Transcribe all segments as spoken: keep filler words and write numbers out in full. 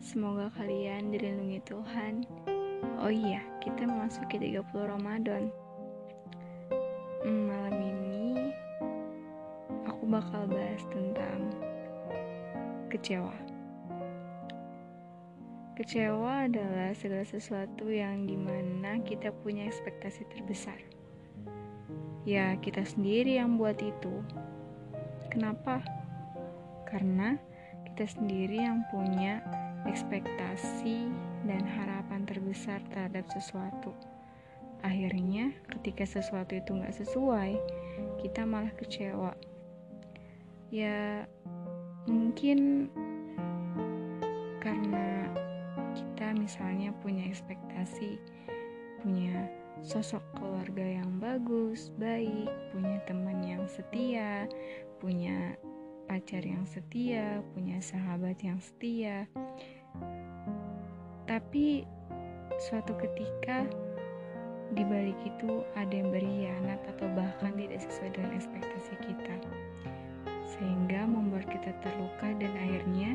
Semoga kalian dilindungi Tuhan. Oh iya, kita memasuki tiga puluh Ramadan. hmm, Malam ini aku bakal bahas tentang kecewa. Kecewa adalah segala sesuatu yang dimana kita punya ekspektasi terbesar. Ya, kita sendiri yang buat itu. Kenapa? Karena kita sendiri yang punya ekspektasi dan harapan terbesar terhadap sesuatu. Akhirnya ketika sesuatu itu gak sesuai, kita malah kecewa. Ya mungkin karena kita misalnya punya ekspektasi, punya sosok keluarga yang bagus, baik, punya teman yang setia, punya pacar yang setia, punya sahabat yang setia. Tapi suatu ketika di balik itu ada yang berkhianat atau bahkan tidak sesuai dengan ekspektasi kita, sehingga membuat kita terluka dan akhirnya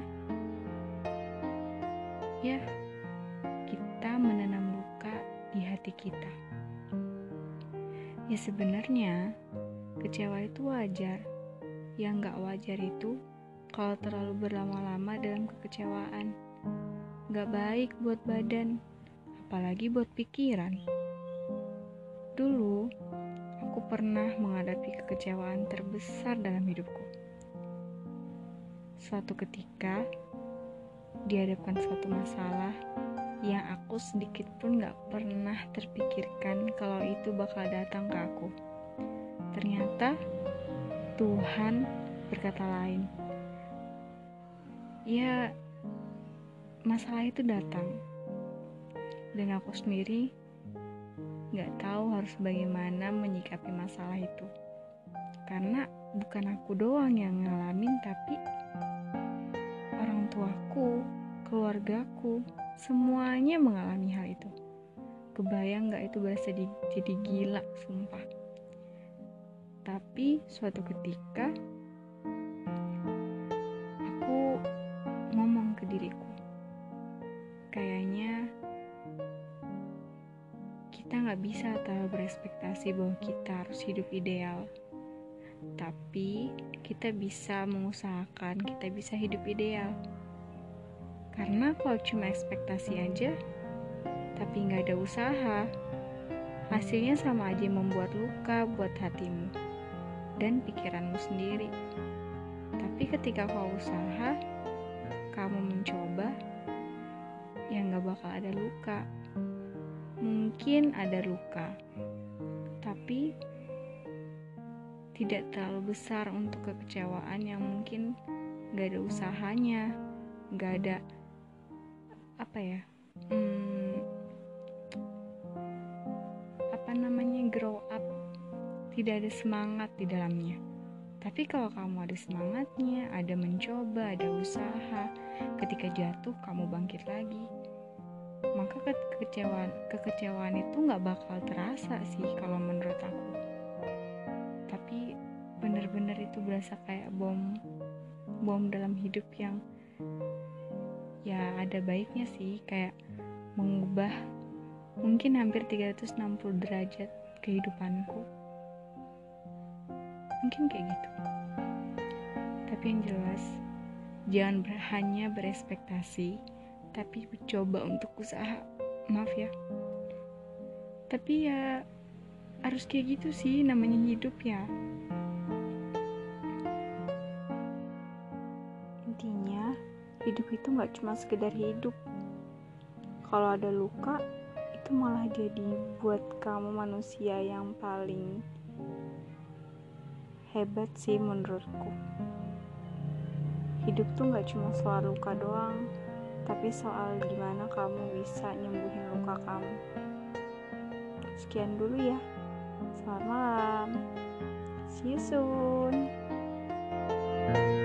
ya kita menanam luka di hati kita. Ya sebenarnya kecewa itu wajar. Yang gak wajar itu kalau terlalu berlama-lama dalam kekecewaan. Gak baik buat badan, apalagi buat pikiran. Dulu, aku pernah menghadapi kekecewaan terbesar dalam hidupku. Suatu ketika, dihadapkan suatu masalah yang aku sedikit pun gak pernah terpikirkan kalau itu bakal datang ke aku. Ternyata Tuhan berkata lain. Ya, masalah itu datang. Dan aku sendiri gak tahu harus bagaimana menyikapi masalah itu. Karena bukan aku doang yang ngalamin, tapi orang tuaku, keluargaku, semuanya mengalami hal itu. Kebayang gak itu berasa di, jadi gila, sumpah. Tapi suatu ketika aku ngomong ke diriku, kayaknya kita gak bisa terlalu berekspektasi bahwa kita harus hidup ideal. Tapi kita bisa mengusahakan kita bisa hidup ideal. Karena kalau cuma ekspektasi aja tapi gak ada usaha, hasilnya sama aja membuat luka buat hatimu dan pikiranmu sendiri. Tapi ketika kau usaha, kamu mencoba, ya gak bakal ada luka. Mungkin ada luka, tapi tidak terlalu besar untuk kekecewaan yang mungkin gak ada usahanya, gak ada apa ya hmm, apa namanya grow up, tidak ada semangat di dalamnya. Tapi kalau kamu ada semangatnya, ada mencoba, ada usaha, ketika jatuh kamu bangkit lagi, maka kekecewaan kekecewaan itu nggak bakal terasa sih kalau menurut aku. Tapi benar-benar itu berasa kayak bom bom dalam hidup yang ya ada baiknya sih, kayak mengubah mungkin hampir tiga ratus enam puluh derajat kehidupanku. Mungkin kayak gitu. Tapi yang jelas, jangan ber- hanya berekspektasi, tapi coba untuk usaha. Maaf ya. Tapi ya harus kayak gitu sih, namanya hidup ya. Intinya, hidup itu gak cuma sekedar hidup. Kalau ada luka, itu malah jadi buat kamu manusia yang paling hebat sih menurutku. Hidup tuh gak cuma soal luka doang, tapi soal gimana kamu bisa nyembuhin luka kamu. Sekian dulu ya. Selamat malam. See you soon.